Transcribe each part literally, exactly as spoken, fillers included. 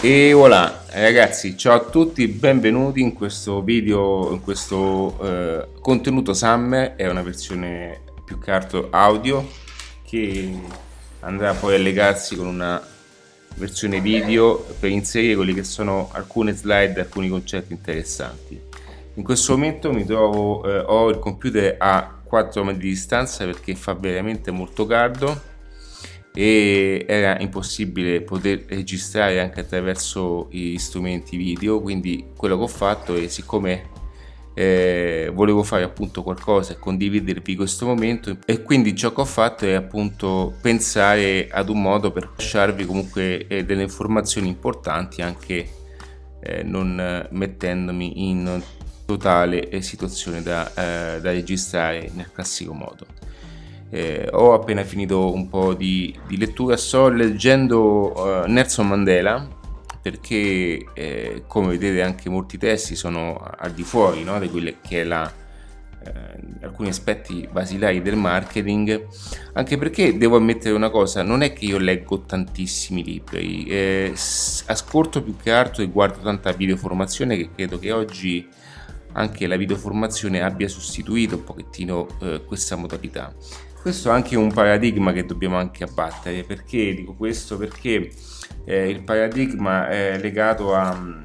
E voilà, ragazzi, ciao a tutti, benvenuti in questo video, in questo eh, contenuto Summer. È una versione più che altro audio che andrà poi a legarsi con una versione video per inserire quelli che sono alcune slide, alcuni concetti interessanti. In questo momento mi trovo, eh, ho il computer a quattro metri di distanza perché fa veramente molto caldo e era impossibile poter registrare anche attraverso gli strumenti video, quindi quello che ho fatto è, siccome eh, volevo fare appunto qualcosa e condividervi questo momento, e quindi ciò che ho fatto è appunto pensare ad un modo per lasciarvi comunque eh, delle informazioni importanti, anche eh, non mettendomi in totale eh, situazione da, eh, da registrare nel classico modo. Eh, ho appena finito un po' di, di lettura, sto leggendo uh, Nelson Mandela, perché eh, come vedete anche molti testi sono al di fuori, no, di quelle che è la, eh, alcuni aspetti basilari del marketing, anche perché devo ammettere una cosa: non è che io leggo tantissimi libri, eh, ascolto più che altro e guardo tanta videoformazione, che credo che oggi anche la videoformazione abbia sostituito un pochettino eh, questa modalità. Questo è anche un paradigma che dobbiamo anche abbattere. Perché dico questo? Perché eh, il paradigma è legato a,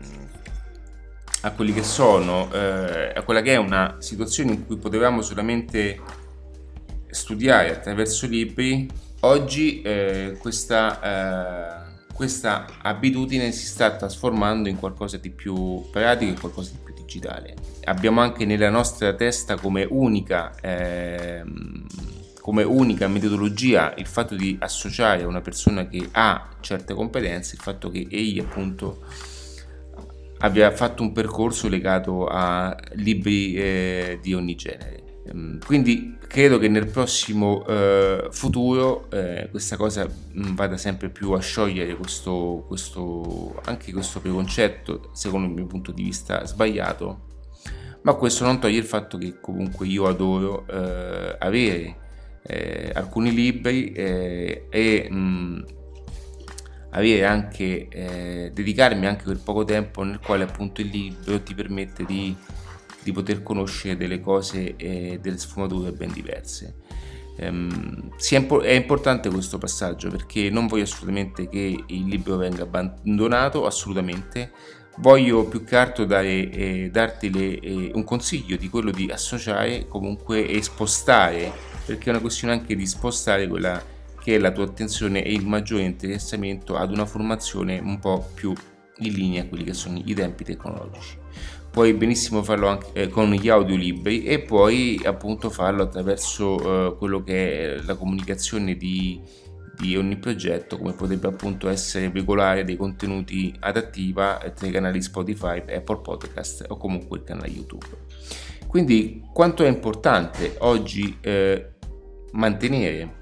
a quelli che sono eh, a quella che è una situazione in cui potevamo solamente studiare attraverso libri. Oggi eh, questa eh, questa abitudine si sta trasformando in qualcosa di più pratico, in qualcosa di più digitale. Abbiamo anche nella nostra testa come unica eh, come unica metodologia il fatto di associare a una persona che ha certe competenze il fatto che egli appunto abbia fatto un percorso legato a libri eh, di ogni genere. Quindi credo che nel prossimo eh, futuro eh, questa cosa vada sempre più a sciogliere questo, questo, anche questo preconcetto, secondo il mio punto di vista sbagliato, ma questo non toglie il fatto che comunque io adoro eh, avere eh, alcuni libri eh, e mh, avere anche eh, dedicarmi anche quel poco tempo nel quale appunto il libro ti permette di di poter conoscere delle cose e delle sfumature ben diverse. Ehm, è, impo- è importante questo passaggio, perché non voglio assolutamente che il libro venga abbandonato, assolutamente. Voglio più che altro dare, eh, darti le, eh, un consiglio di quello di associare comunque e spostare, perché è una questione anche di spostare quella che è la tua attenzione e il maggiore interessamento ad una formazione un po' più in linea a quelli che sono i tempi tecnologici. Puoi benissimo farlo anche eh, con gli audiolibri, e poi appunto farlo attraverso eh, quello che è la comunicazione di, di ogni progetto, come potrebbe appunto essere veicolare dei contenuti adattiva eh, tra i canali Spotify, Apple Podcast o comunque il canale YouTube. Quindi quanto è importante oggi eh, mantenere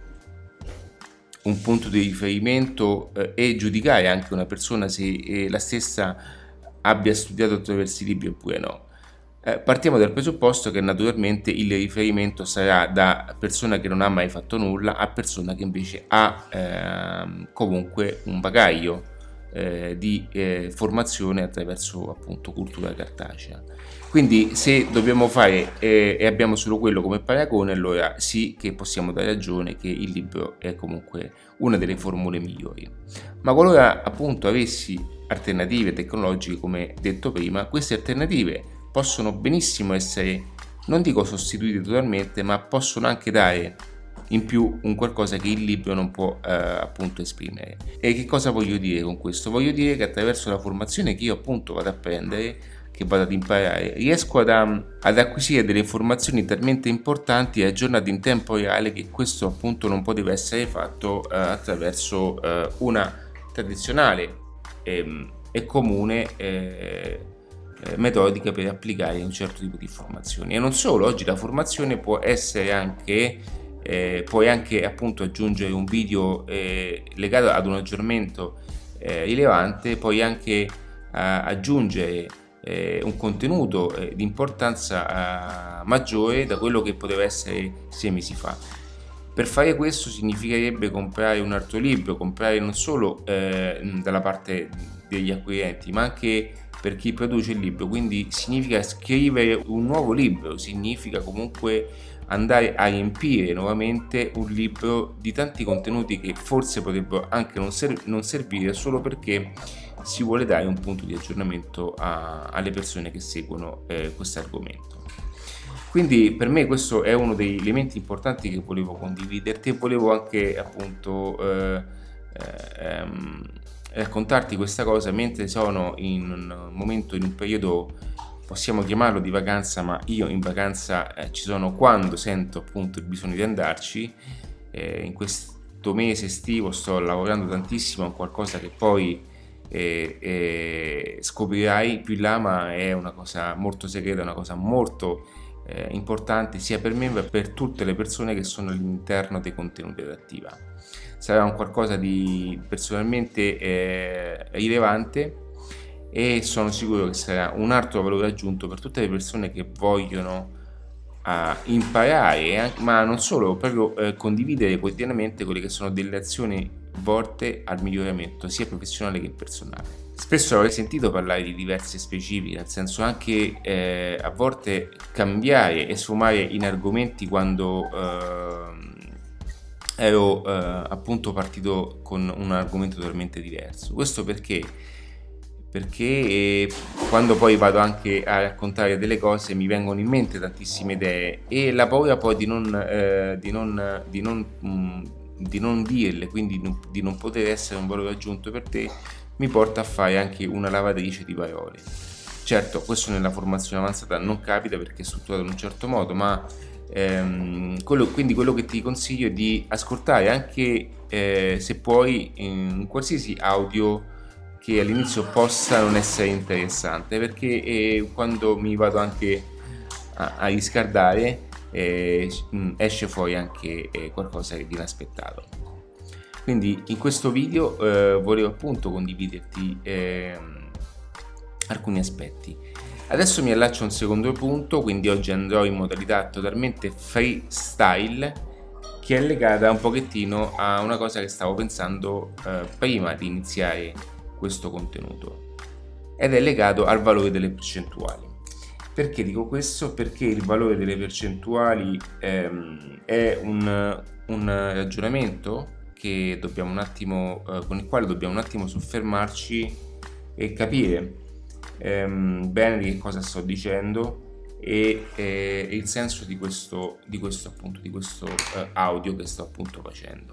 un punto di riferimento eh, e giudicare anche una persona se eh, la stessa abbia studiato attraverso i libri oppure no. Eh, partiamo dal presupposto che naturalmente il riferimento sarà da persona che non ha mai fatto nulla a persona che invece ha eh, comunque un bagaglio eh, di eh, formazione attraverso appunto cultura cartacea. Quindi se dobbiamo fare eh, e abbiamo solo quello come paragone, allora sì che possiamo dare ragione che il libro è comunque una delle formule migliori. Ma qualora appunto avessi alternative tecnologiche, come detto prima, queste alternative possono benissimo essere, non dico sostituite totalmente, ma possono anche dare in più un qualcosa che il libro non può eh, appunto esprimere. E che cosa voglio dire con questo? Voglio dire che attraverso la formazione che io appunto vado a prendere, che vado ad imparare, riesco ad, ad acquisire delle informazioni talmente importanti e aggiornate in tempo reale che questo appunto non poteva essere fatto eh, attraverso eh, una tradizionale e, e comune eh, eh, metodica per applicare un certo tipo di informazioni. E non solo, oggi la formazione può essere anche eh, puoi anche appunto aggiungere un video eh, legato ad un aggiornamento eh, rilevante, puoi anche eh, aggiungere eh, un contenuto eh, di importanza eh, maggiore da quello che poteva essere sei mesi fa. Per fare questo significherebbe comprare un altro libro, comprare non solo eh, dalla parte degli acquirenti, ma anche per chi produce il libro. Quindi significa scrivere un nuovo libro, significa comunque andare a riempire nuovamente un libro di tanti contenuti che forse potrebbero anche non, ser- non servire, solo perché si vuole dare un punto di aggiornamento a- alle persone che seguono eh, questo argomento. Quindi per me questo è uno degli elementi importanti che volevo condividerti, e volevo anche appunto eh, ehm, raccontarti questa cosa mentre sono in un momento, in un periodo, possiamo chiamarlo di vacanza, ma io in vacanza eh, ci sono quando sento appunto il bisogno di andarci. Eh, in questo mese estivo sto lavorando tantissimo a qualcosa che poi eh, eh, scoprirai più in là, ma è una cosa molto segreta, una cosa molto eh, importante sia per me che per tutte le persone che sono all'interno dei contenuti Adattiva. Sarà un qualcosa di personalmente eh, rilevante, e sono sicuro che sarà un altro valore aggiunto per tutte le persone che vogliono uh, imparare, ma non solo, proprio eh, condividere quotidianamente quelle che sono delle azioni volte al miglioramento sia professionale che personale. Spesso avrei sentito parlare di diverse specifiche, nel senso anche eh, a volte cambiare e sfumare in argomenti quando eh, ero eh, appunto partito con un argomento totalmente diverso. Questo perché? Perché eh, quando poi vado anche a raccontare delle cose mi vengono in mente tantissime idee, e la paura poi di non, eh, di non, di non, mh, di non dirle, quindi di non poter essere un valore aggiunto per te, mi porta a fare anche una lavatrice di parole. Certo, questo nella formazione avanzata non capita perché è strutturato in un certo modo, ma ehm, quello, quindi quello che ti consiglio è di ascoltare anche eh, se puoi in qualsiasi audio che all'inizio possa non essere interessante, perché eh, quando mi vado anche a, a riscaldare eh, esce fuori anche eh, qualcosa di inaspettato. Quindi in questo video eh, volevo appunto condividerti eh, alcuni aspetti. Adesso mi allaccio a un secondo punto, quindi oggi andrò in modalità totalmente freestyle, che è legata un pochettino a una cosa che stavo pensando eh, prima di iniziare questo contenuto, ed è legato al valore delle percentuali. Perché dico questo? Perché il valore delle percentuali ehm, è un, un ragionamento che dobbiamo un attimo, eh, con il quale dobbiamo un attimo soffermarci e capire ehm, bene di che cosa sto dicendo e eh, il senso di questo, di questo appunto di questo eh, audio che sto appunto facendo.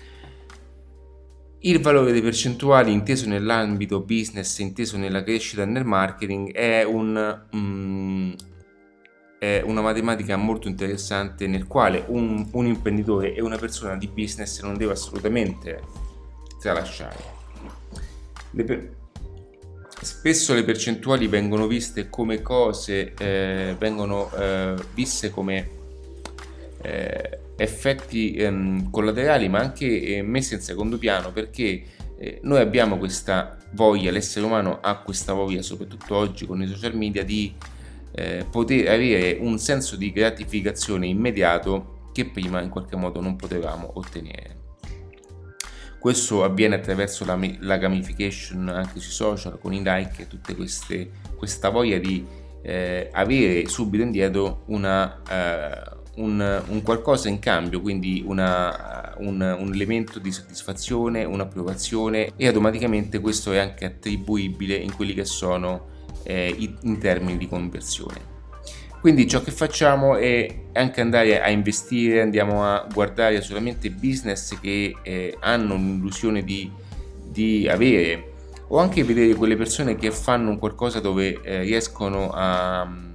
Il valore delle percentuali, inteso nell'ambito business, inteso nella crescita e nel marketing, è, un, um, è una matematica molto interessante, nel quale un, un imprenditore e una persona di business non deve assolutamente tralasciare. Le per... Spesso le percentuali vengono viste come cose, eh, vengono eh, viste come eh, effetti ehm, collaterali, ma anche eh, messi in secondo piano, perché eh, noi abbiamo questa voglia, l'essere umano ha questa voglia, soprattutto oggi con i social media, di eh, poter avere un senso di gratificazione immediato che prima in qualche modo non potevamo ottenere. Questo avviene attraverso la, la gamification anche sui social, con i like e tutte queste, questa voglia di eh, avere subito indietro una eh, Un, un qualcosa in cambio, quindi una, un, un elemento di soddisfazione, un'approvazione, e automaticamente questo è anche attribuibile in quelli che sono eh, i, in termini di conversione. Quindi ciò che facciamo è anche andare a investire, andiamo a guardare solamente business che eh, hanno un'illusione di, di avere, o anche vedere quelle persone che fanno un qualcosa dove eh, riescono a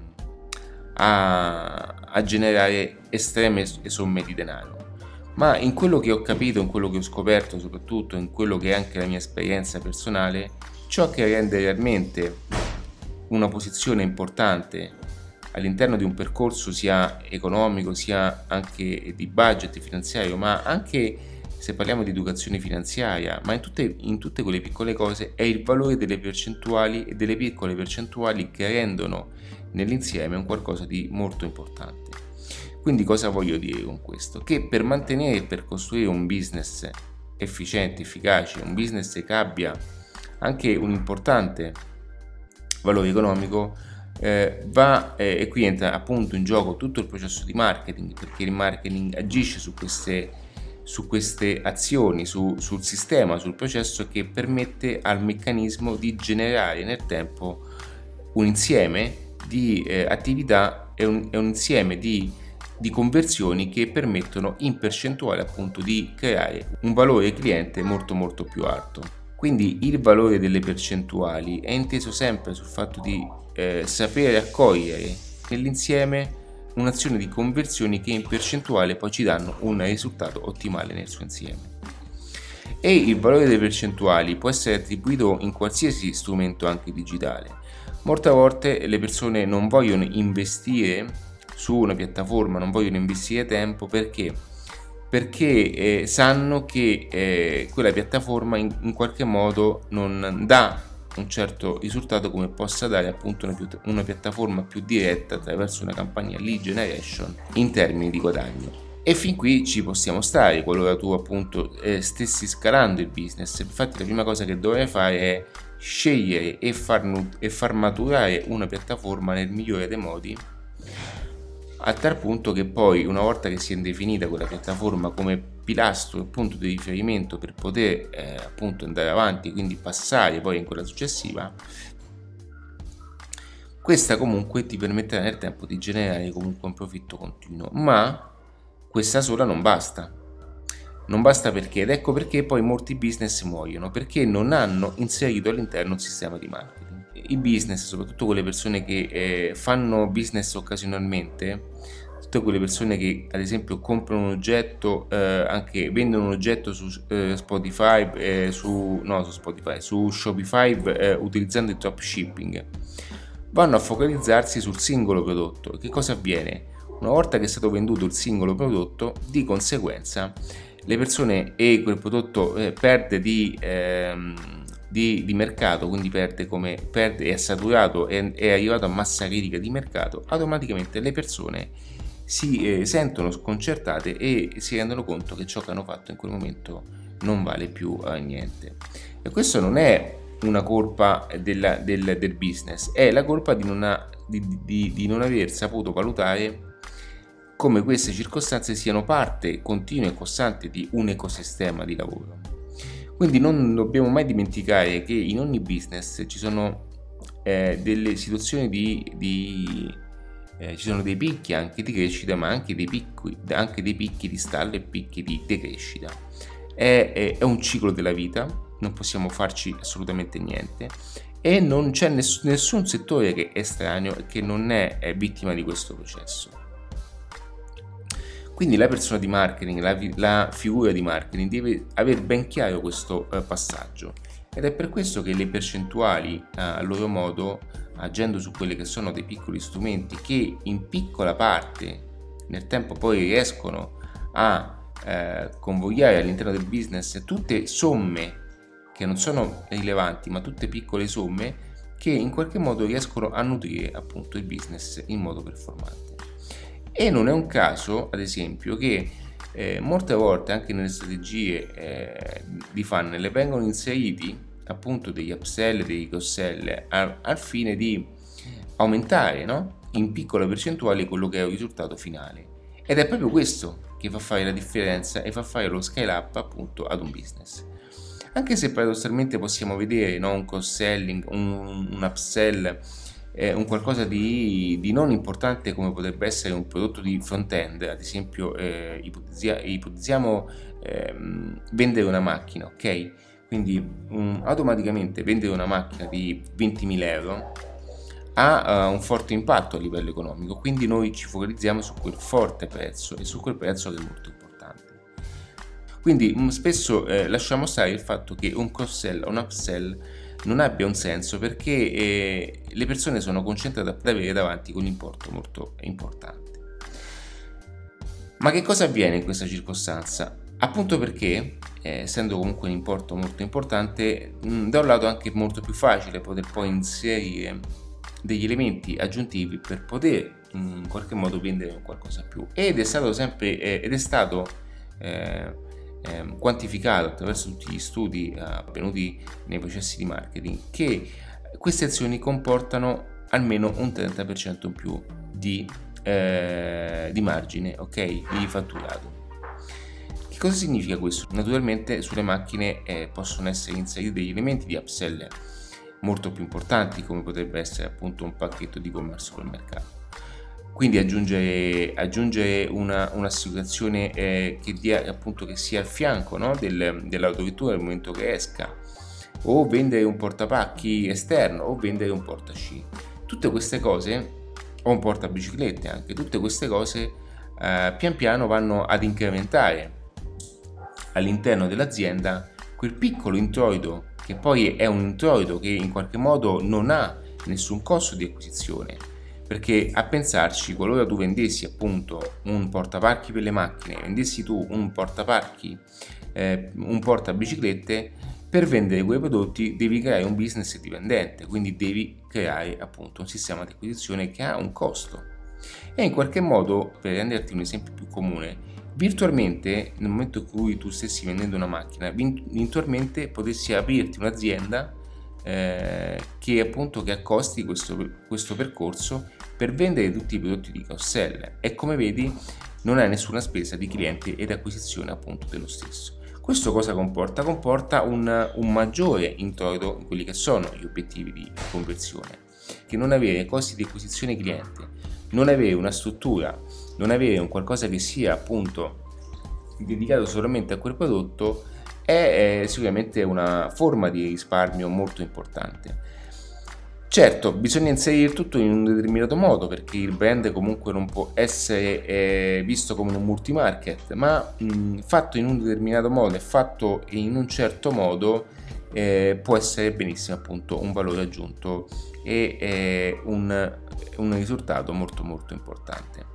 A, a generare estreme somme di denaro. Ma in quello che ho capito, in quello che ho scoperto, soprattutto in quello che è anche la mia esperienza personale, ciò che rende realmente una posizione importante all'interno di un percorso sia economico sia anche di budget finanziario, ma anche se parliamo di educazione finanziaria, ma in tutte, in tutte quelle piccole cose, è il valore delle percentuali e delle piccole percentuali che rendono nell'insieme un qualcosa di molto importante. Quindi cosa voglio dire con questo? Che per mantenere e per costruire un business efficiente, efficace, un business che abbia anche un importante valore economico, eh, va eh, e qui entra appunto in gioco tutto il processo di marketing, perché il marketing agisce su queste, su queste azioni, su, sul sistema, sul processo che permette al meccanismo di generare nel tempo un insieme di eh, attività e un, un insieme di, di conversioni che permettono in percentuale appunto di creare un valore cliente molto molto più alto. Quindi il valore delle percentuali è inteso sempre sul fatto di eh, sapere accogliere nell'insieme un'azione di conversioni che in percentuale poi ci danno un risultato ottimale nel suo insieme. E il valore delle percentuali può essere attribuito in qualsiasi strumento anche digitale. Molte volte le persone non vogliono investire su una piattaforma, non vogliono investire tempo perché perché eh, sanno che eh, quella piattaforma in, in qualche modo non dà un certo risultato come possa dare appunto una, una piattaforma più diretta attraverso una campagna lead generation in termini di guadagno. E fin qui ci possiamo stare qualora tu appunto eh, stessi scalando il business. Infatti la prima cosa che dovrai fare è scegliere e far, nut- e far maturare una piattaforma nel migliore dei modi, a tal punto che poi una volta che si è definita quella piattaforma come pilastro e punto di riferimento per poter eh, appunto andare avanti, quindi passare poi in quella successiva, questa comunque ti permetterà nel tempo di generare comunque un profitto continuo. Ma questa sola non basta. Non basta perché, ed ecco perché poi molti business muoiono, perché non hanno inserito all'interno un sistema di marketing. I business, soprattutto quelle persone che eh, fanno business occasionalmente, tutte quelle persone che ad esempio comprano un oggetto, eh, anche vendono un oggetto su eh, Spotify, eh, su, no, su Spotify, su Shopify eh, utilizzando il dropshipping, vanno a focalizzarsi sul singolo prodotto. Che cosa avviene? Una volta che è stato venduto il singolo prodotto, di conseguenza le persone e quel prodotto eh, perde di, ehm, di, di mercato, quindi perde come perde, è saturato, è, è arrivato a massa critica di mercato, automaticamente le persone si eh, sentono sconcertate e si rendono conto che ciò che hanno fatto in quel momento non vale più eh, niente. E questo non è una colpa della, del, del business, è la colpa di non, ha, di, di, di non aver saputo valutare come queste circostanze siano parte continua e costante di un ecosistema di lavoro. Quindi non dobbiamo mai dimenticare che in ogni business ci sono eh, delle situazioni di, di eh, ci sono dei picchi anche di crescita, ma anche dei picchi, anche dei picchi di stallo e picchi di decrescita. È, è, è un ciclo della vita, non possiamo farci assolutamente niente e non c'è ness- nessun settore che è estraneo e che non è, è vittima di questo processo. Quindi la persona di marketing, la, la figura di marketing deve avere ben chiaro questo eh, passaggio, ed è per questo che le percentuali eh, a loro modo, agendo su quelli che sono dei piccoli strumenti che in piccola parte nel tempo poi riescono a eh, convogliare all'interno del business tutte somme che non sono rilevanti, ma tutte piccole somme che in qualche modo riescono a nutrire appunto il business in modo performante. E non è un caso, ad esempio, che eh, molte volte anche nelle strategie eh, di funnel vengono inseriti appunto degli upsell, dei cross-sell al, al fine di aumentare, no? in piccole percentuali quello che è il risultato finale. Ed è proprio questo che fa fare la differenza e fa fare lo scale up appunto ad un business. Anche se paradossalmente possiamo vedere, no, un cross-selling, un, un upsell, eh, un qualcosa di, di non importante come potrebbe essere un prodotto di front-end, ad esempio eh, ipotizia, ipotizziamo eh, vendere una macchina, ok? Quindi um, automaticamente vendere una macchina di ventimila euro ha uh, un forte impatto a livello economico, quindi noi ci focalizziamo su quel forte prezzo e su quel prezzo che è molto importante. Quindi um, spesso eh, lasciamo stare il fatto che un cross-sell o un upsell non abbia un senso, perché eh, le persone sono concentrate ad avere davanti un importo molto importante. Ma che cosa avviene in questa circostanza? Appunto perché, eh, essendo comunque un importo molto importante, mh, da un lato è anche molto più facile poter poi inserire degli elementi aggiuntivi per poter in qualche modo vendere qualcosa più, ed è stato sempre eh, ed è stato eh, eh, quantificato attraverso tutti gli studi eh, avvenuti nei processi di marketing che queste azioni comportano almeno un trenta per cento in più di, eh, di margine, ok, di fatturato. Che cosa significa questo? Naturalmente sulle macchine eh, possono essere inseriti degli elementi di upsell molto più importanti, come potrebbe essere appunto un pacchetto di commercio col mercato. Quindi aggiungere, aggiungere una, un'assicurazione eh, che dia appunto che sia al fianco, no, del, dell'autovettura nel momento che esca, o vendere un portapacchi esterno, o vendere un portasci. Tutte queste cose, o un portabiciclette anche, tutte queste cose eh, pian piano vanno ad incrementare all'interno dell'azienda quel piccolo introito, che poi è un introito che in qualche modo non ha nessun costo di acquisizione, perché a pensarci, qualora tu vendessi appunto un portaparchi per le macchine, vendessi tu un portaparchi, eh, un portabiciclette, per vendere quei prodotti devi creare un business dipendente, quindi devi creare appunto un sistema di acquisizione che ha un costo. E in qualche modo, per renderti un esempio più comune, virtualmente nel momento in cui tu stessi vendendo una macchina, virtualmente potessi aprirti un'azienda eh, che appunto che accosti questo, questo percorso per vendere tutti i prodotti di cross-sell, e come vedi non hai nessuna spesa di clienti ed acquisizione appunto dello stesso. Questo cosa comporta? Comporta un, un maggiore introito in quelli che sono gli obiettivi di conversione, che non avere costi di acquisizione cliente, non avere una struttura, non avere un qualcosa che sia appunto dedicato solamente a quel prodotto è, è sicuramente una forma di risparmio molto importante. Certo, bisogna inserire tutto in un determinato modo, perché il brand comunque non può essere eh, visto come un multimarket, ma mh, fatto in un determinato modo e fatto in un certo modo eh, può essere benissimo appunto un valore aggiunto e eh, un, un risultato molto molto importante.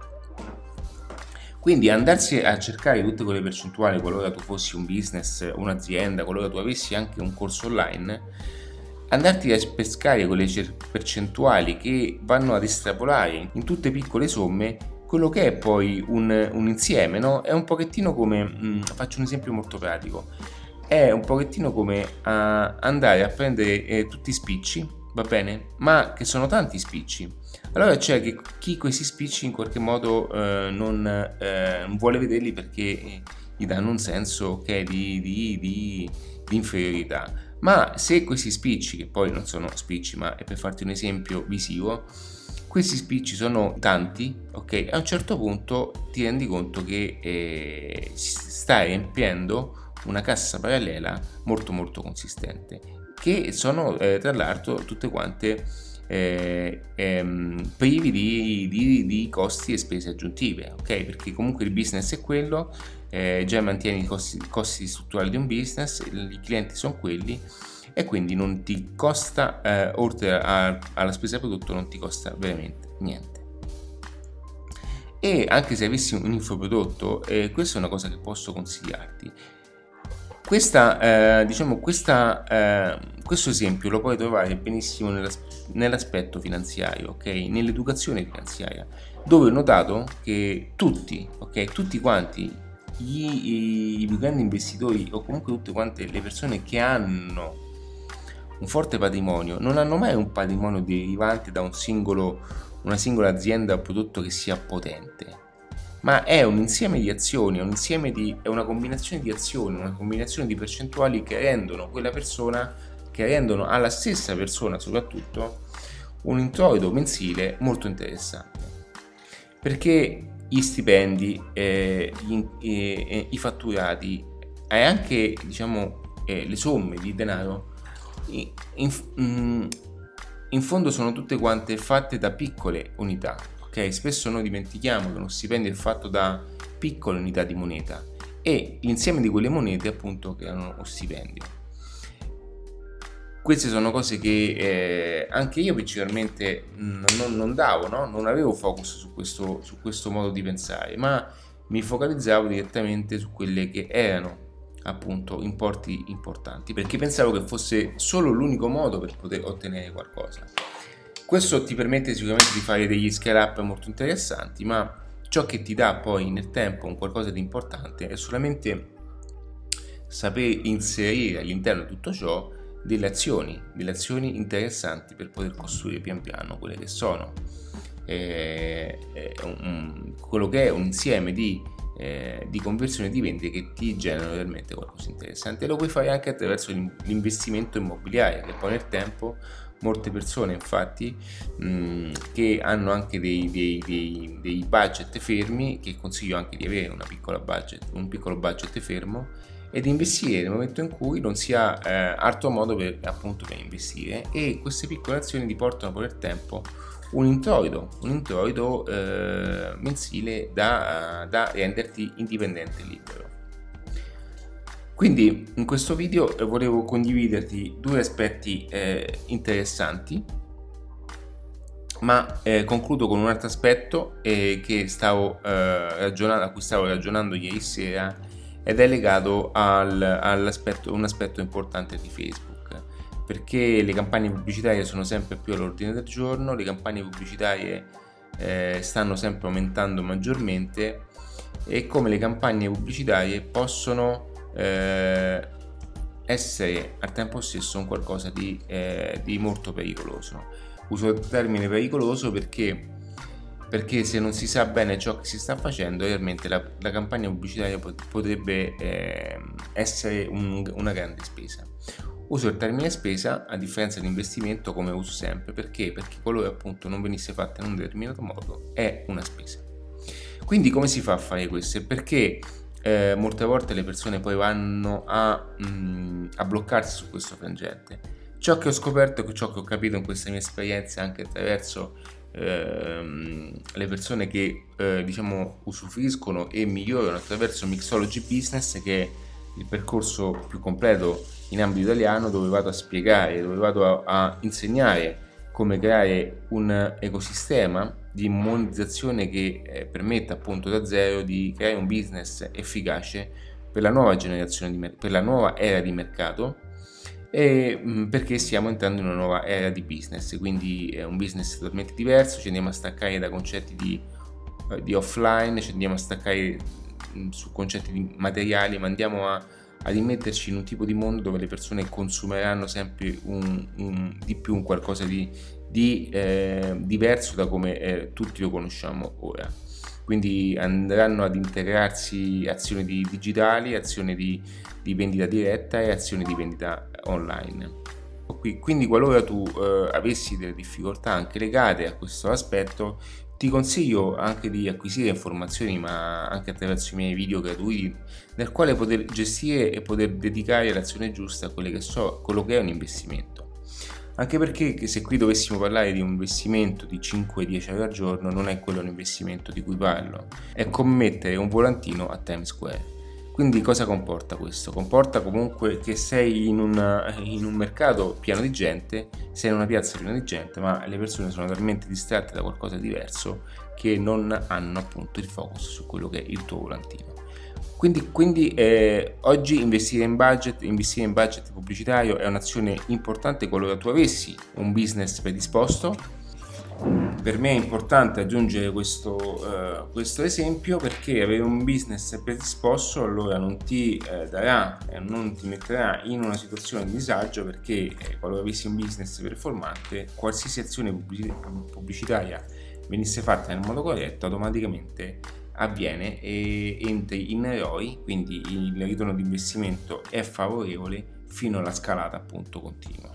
Quindi andarsi a cercare tutte quelle percentuali qualora tu fossi un business, un'azienda, qualora tu avessi anche un corso online, andarti a pescare quelle percentuali che vanno ad estrapolare in tutte piccole somme quello che è poi un, un insieme, no? È un pochettino come, mh, faccio un esempio molto pratico, è un pochettino come a andare a prendere eh, tutti i spicci, va bene? Ma che sono tanti spicci. Allora c'è che chi questi spicci in qualche modo eh, non, eh, non vuole vederli perché gli danno un senso okay, di, di, di, di inferiorità. Ma se questi spicci, che poi non sono spicci ma è per farti un esempio visivo, questi spicci sono tanti, ok? A un certo punto ti rendi conto che eh, stai riempiendo una cassa parallela molto molto consistente, che sono eh, tra l'altro tutte quante eh, ehm, privi di, di, di costi e spese aggiuntive, ok? Perché comunque il business è quello, eh, già mantieni i costi, costi strutturali di un business, i clienti sono quelli e quindi non ti costa, eh, oltre a, alla spesa prodotto, non ti costa veramente niente. E anche se avessi un infoprodotto, eh, questa è una cosa che posso consigliarti. Questa, eh, diciamo, questa, eh, questo esempio lo puoi trovare benissimo nell'as- nell'aspetto finanziario, ok? Nell'educazione finanziaria, dove ho notato che tutti, ok, tutti quanti gli, i, i più grandi investitori o comunque tutte quante le persone che hanno un forte patrimonio non hanno mai un patrimonio derivante da un singolo, una singola azienda o prodotto che sia potente, ma è un insieme di azioni, è un insieme di, è una combinazione di azioni, una combinazione di percentuali che rendono quella persona, che rendono alla stessa persona soprattutto un introito mensile molto interessante, perché gli stipendi, eh, gli, eh, i fatturati e anche diciamo eh, le somme di denaro in, in, in fondo sono tutte quante fatte da piccole unità. Okay, spesso noi dimentichiamo che uno stipendio è fatto da piccole unità di moneta e l'insieme di quelle monete appunto creano uno stipendio. Queste sono cose che eh, anche io principalmente non, non, non davo, no? Non avevo focus su questo, su questo modo di pensare, ma mi focalizzavo direttamente su quelle che erano appunto importi importanti, perché pensavo che fosse solo l'unico modo per poter ottenere qualcosa. Questo ti permette sicuramente di fare degli scale up molto interessanti, ma ciò che ti dà poi nel tempo un qualcosa di importante è solamente saper inserire all'interno di tutto ciò delle azioni, delle azioni interessanti per poter costruire pian piano quelle che sono eh, un, quello che è un insieme di, eh, di conversioni di vendite che ti generano realmente qualcosa di interessante. E lo puoi fare anche attraverso l'investimento immobiliare, che poi nel tempo molte persone infatti mh, che hanno anche dei, dei, dei, dei budget fermi, che consiglio anche di avere una piccola budget, un piccolo budget fermo, ed investire nel momento in cui non si ha eh, altro modo per, appunto, per investire, e queste piccole azioni ti portano poi nel tempo un introito, un introito eh, mensile da, da renderti indipendente e libero. Quindi in questo video volevo condividerti due aspetti eh, interessanti, ma eh, concludo con un altro aspetto eh, che stavo, eh, ragionando, a cui stavo ragionando ieri sera, ed è legato al, all'aspetto, un aspetto importante di Facebook, perché le campagne pubblicitarie sono sempre più all'ordine del giorno, le campagne pubblicitarie eh, stanno sempre aumentando maggiormente, e come le campagne pubblicitarie possono eh, essere al tempo stesso un qualcosa di, eh, di molto pericoloso. Uso il termine pericoloso perché perché se non si sa bene ciò che si sta facendo, realmente la, la campagna pubblicitaria pot- potrebbe eh, essere un, una grande spesa. Uso il termine spesa a differenza di investimento, come uso sempre, perché? Perché qualora appunto non venisse fatta in un determinato modo è una spesa. Quindi come si fa a fare questo? Perché eh, molte volte le persone poi vanno a, mh, a bloccarsi su questo frangente. Ciò che ho scoperto e ciò che ho capito in questa mia esperienza, anche attraverso Ehm, le persone che eh, diciamo usufruiscono e migliorano attraverso Mixology Business, che è il percorso più completo in ambito italiano, dove vado a spiegare, dove vado a, a insegnare come creare un ecosistema di monetizzazione che eh, permetta appunto da zero di creare un business efficace per la nuova generazione di mer- per la nuova era di mercato, e perché stiamo entrando in una nuova era di business, quindi è un business totalmente diverso. Ci andiamo a staccare da concetti di, di offline, ci andiamo a staccare su concetti di materiali, ma andiamo a, a rimetterci in un tipo di mondo dove le persone consumeranno sempre un, un, di più un qualcosa di, di eh, diverso da come eh, tutti lo conosciamo ora. Quindi andranno ad integrarsi azioni di digitali, azioni di, di vendita diretta e azioni di vendita online. Quindi qualora tu eh, avessi delle difficoltà anche legate a questo aspetto, ti consiglio anche di acquisire informazioni, ma anche attraverso i miei video gratuiti, nel quale poter gestire e poter dedicare l'azione giusta a quello che, so, quello che è un investimento. Anche perché se qui dovessimo parlare di un investimento di cinque dieci euro al giorno, non è quello un investimento di cui parlo, è come mettere un volantino a Times Square. Quindi cosa comporta questo? Comporta comunque che sei in, una, in un mercato pieno di gente, sei in una piazza piena di gente, ma le persone sono talmente distratte da qualcosa di diverso che non hanno appunto il focus su quello che è il tuo volantino. Quindi, quindi eh, oggi investire in budget, investire in budget pubblicitario è un'azione importante qualora tu avessi un business predisposto. Per me è importante aggiungere questo, uh, questo esempio, perché avere un business predisposto allora non ti eh, darà e eh, non ti metterà in una situazione di disagio, perché eh, qualora avessi un business performante, qualsiasi azione pubblicitaria venisse fatta nel modo corretto automaticamente avviene e entri in R O I, quindi il ritorno di investimento è favorevole fino alla scalata appunto continua.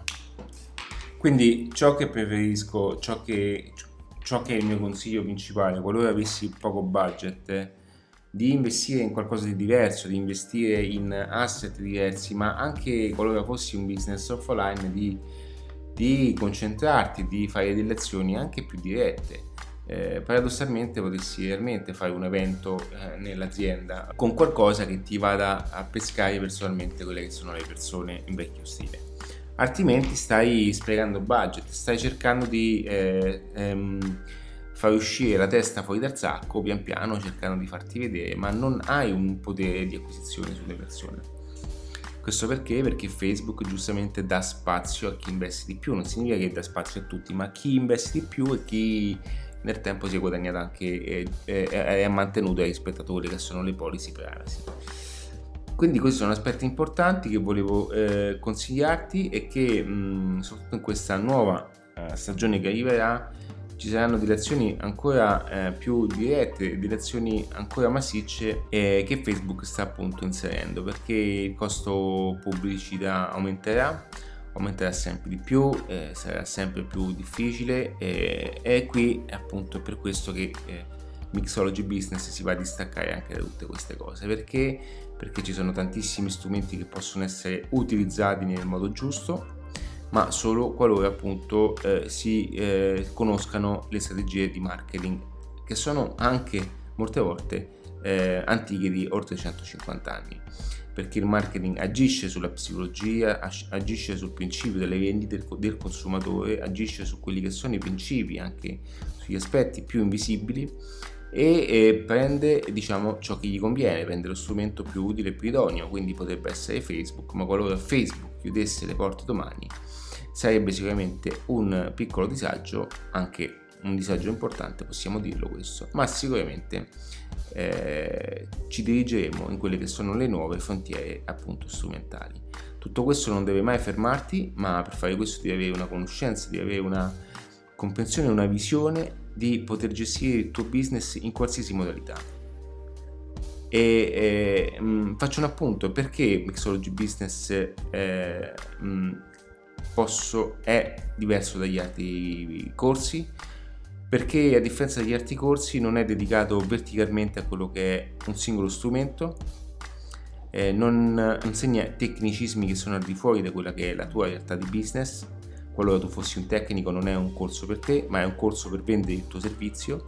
Quindi ciò che preferisco, ciò che, ciò che è il mio consiglio principale, qualora avessi poco budget, di investire in qualcosa di diverso, di investire in asset diversi, ma anche qualora fossi un business offline, di, di concentrarti, di fare delle azioni anche più dirette. Eh, paradossalmente potessi realmente fare un evento eh, nell'azienda con qualcosa che ti vada a pescare personalmente quelle che sono le persone in vecchio stile. Altrimenti stai sprecando budget, stai cercando di eh, ehm, far uscire la testa fuori dal sacco pian piano, cercando di farti vedere, ma non hai un potere di acquisizione sulle persone. Questo perché? Perché Facebook giustamente dà spazio a chi investe di più, non significa che dà spazio a tutti, ma a chi investe di più e chi nel tempo si è guadagnato anche e, e, e ha mantenuto ai spettatori che sono le policy privacy. Quindi questi sono aspetti importanti che volevo eh, consigliarti e che mh, soprattutto in questa nuova eh, stagione che arriverà ci saranno direzioni ancora eh, più dirette, direzioni ancora massicce eh, che Facebook sta appunto inserendo, perché il costo pubblicità aumenterà, aumenterà sempre di più, eh, sarà sempre più difficile eh, e qui appunto è per questo che eh, Mixology Business si va a distaccare anche da tutte queste cose. Perché? Perché ci sono tantissimi strumenti che possono essere utilizzati nel modo giusto, ma solo qualora appunto eh, si eh, conoscano le strategie di marketing, che sono anche molte volte eh, antiche di oltre centocinquanta anni, perché il marketing agisce sulla psicologia, agisce sul principio delle vendite del consumatore, agisce su quelli che sono i principi, anche sugli aspetti più invisibili, e eh, prende diciamo ciò che gli conviene, prende lo strumento più utile e più idoneo. Quindi potrebbe essere Facebook, ma qualora Facebook chiudesse le porte domani sarebbe sicuramente un piccolo disagio, anche un disagio importante, possiamo dirlo questo, ma sicuramente eh, ci dirigeremo in quelle che sono le nuove frontiere appunto strumentali. Tutto questo non deve mai fermarti, ma per fare questo devi avere una conoscenza, devi avere una comprensione, una visione di poter gestire il tuo business in qualsiasi modalità. E eh, mh, faccio un appunto: perché Mixology Business eh, mh, posso, è diverso dagli altri corsi? Perché a differenza degli altri corsi non è dedicato verticalmente a quello che è un singolo strumento, eh, non insegna tecnicismi che sono al di fuori da quella che è la tua realtà di business. Qualora tu fossi un tecnico non è un corso per te, ma è un corso per vendere il tuo servizio.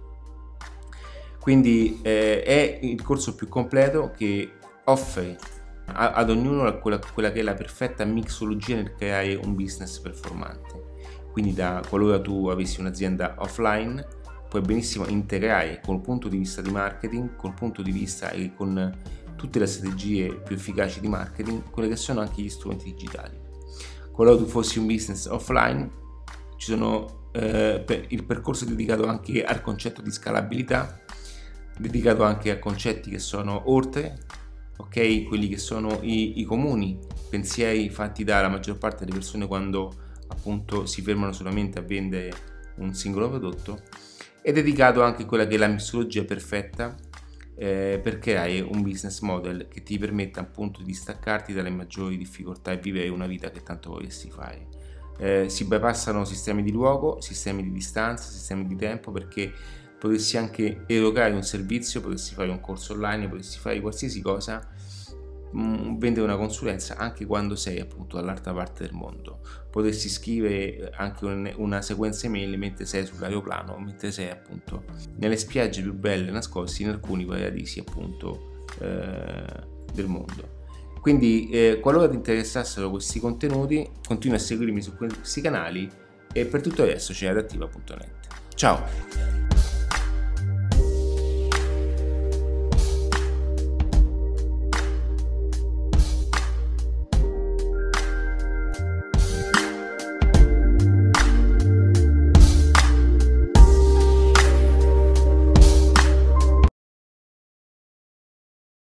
Quindi eh, è il corso più completo che offre a, ad ognuno quella, quella che è la perfetta mixologia nel creare un business performante. Quindi da qualora tu avessi un'azienda offline, puoi benissimo integrare col punto di vista di marketing, col punto di vista e con tutte le strategie più efficaci di marketing, quelle che sono anche gli strumenti digitali. Qualora tu fossi un business offline, ci sono eh, per il percorso è dedicato anche al concetto di scalabilità, dedicato anche a concetti che sono oltre, ok, quelli che sono i, i comuni pensieri fatti dalla maggior parte delle persone quando appunto si fermano solamente a vendere un singolo prodotto, è dedicato anche a quella che è la mixologia perfetta eh, per creare un business model che ti permetta appunto di staccarti dalle maggiori difficoltà e vivere una vita che tanto vorresti fare. Eh, si bypassano sistemi di luogo, sistemi di distanza, sistemi di tempo, perché potresti anche erogare un servizio, potresti fare un corso online, potresti fare qualsiasi cosa, mh, vendere una consulenza anche quando sei appunto dall'altra parte del mondo. Potresti scrivere anche un, una sequenza email mentre sei sull'aeroplano o mentre sei appunto nelle spiagge più belle nascosti in alcuni paradisi appunto eh, del mondo. Quindi eh, qualora ti interessassero questi contenuti, continua a seguirmi su questi canali e per tutto il resto c'è adattiva punto net. Ciao!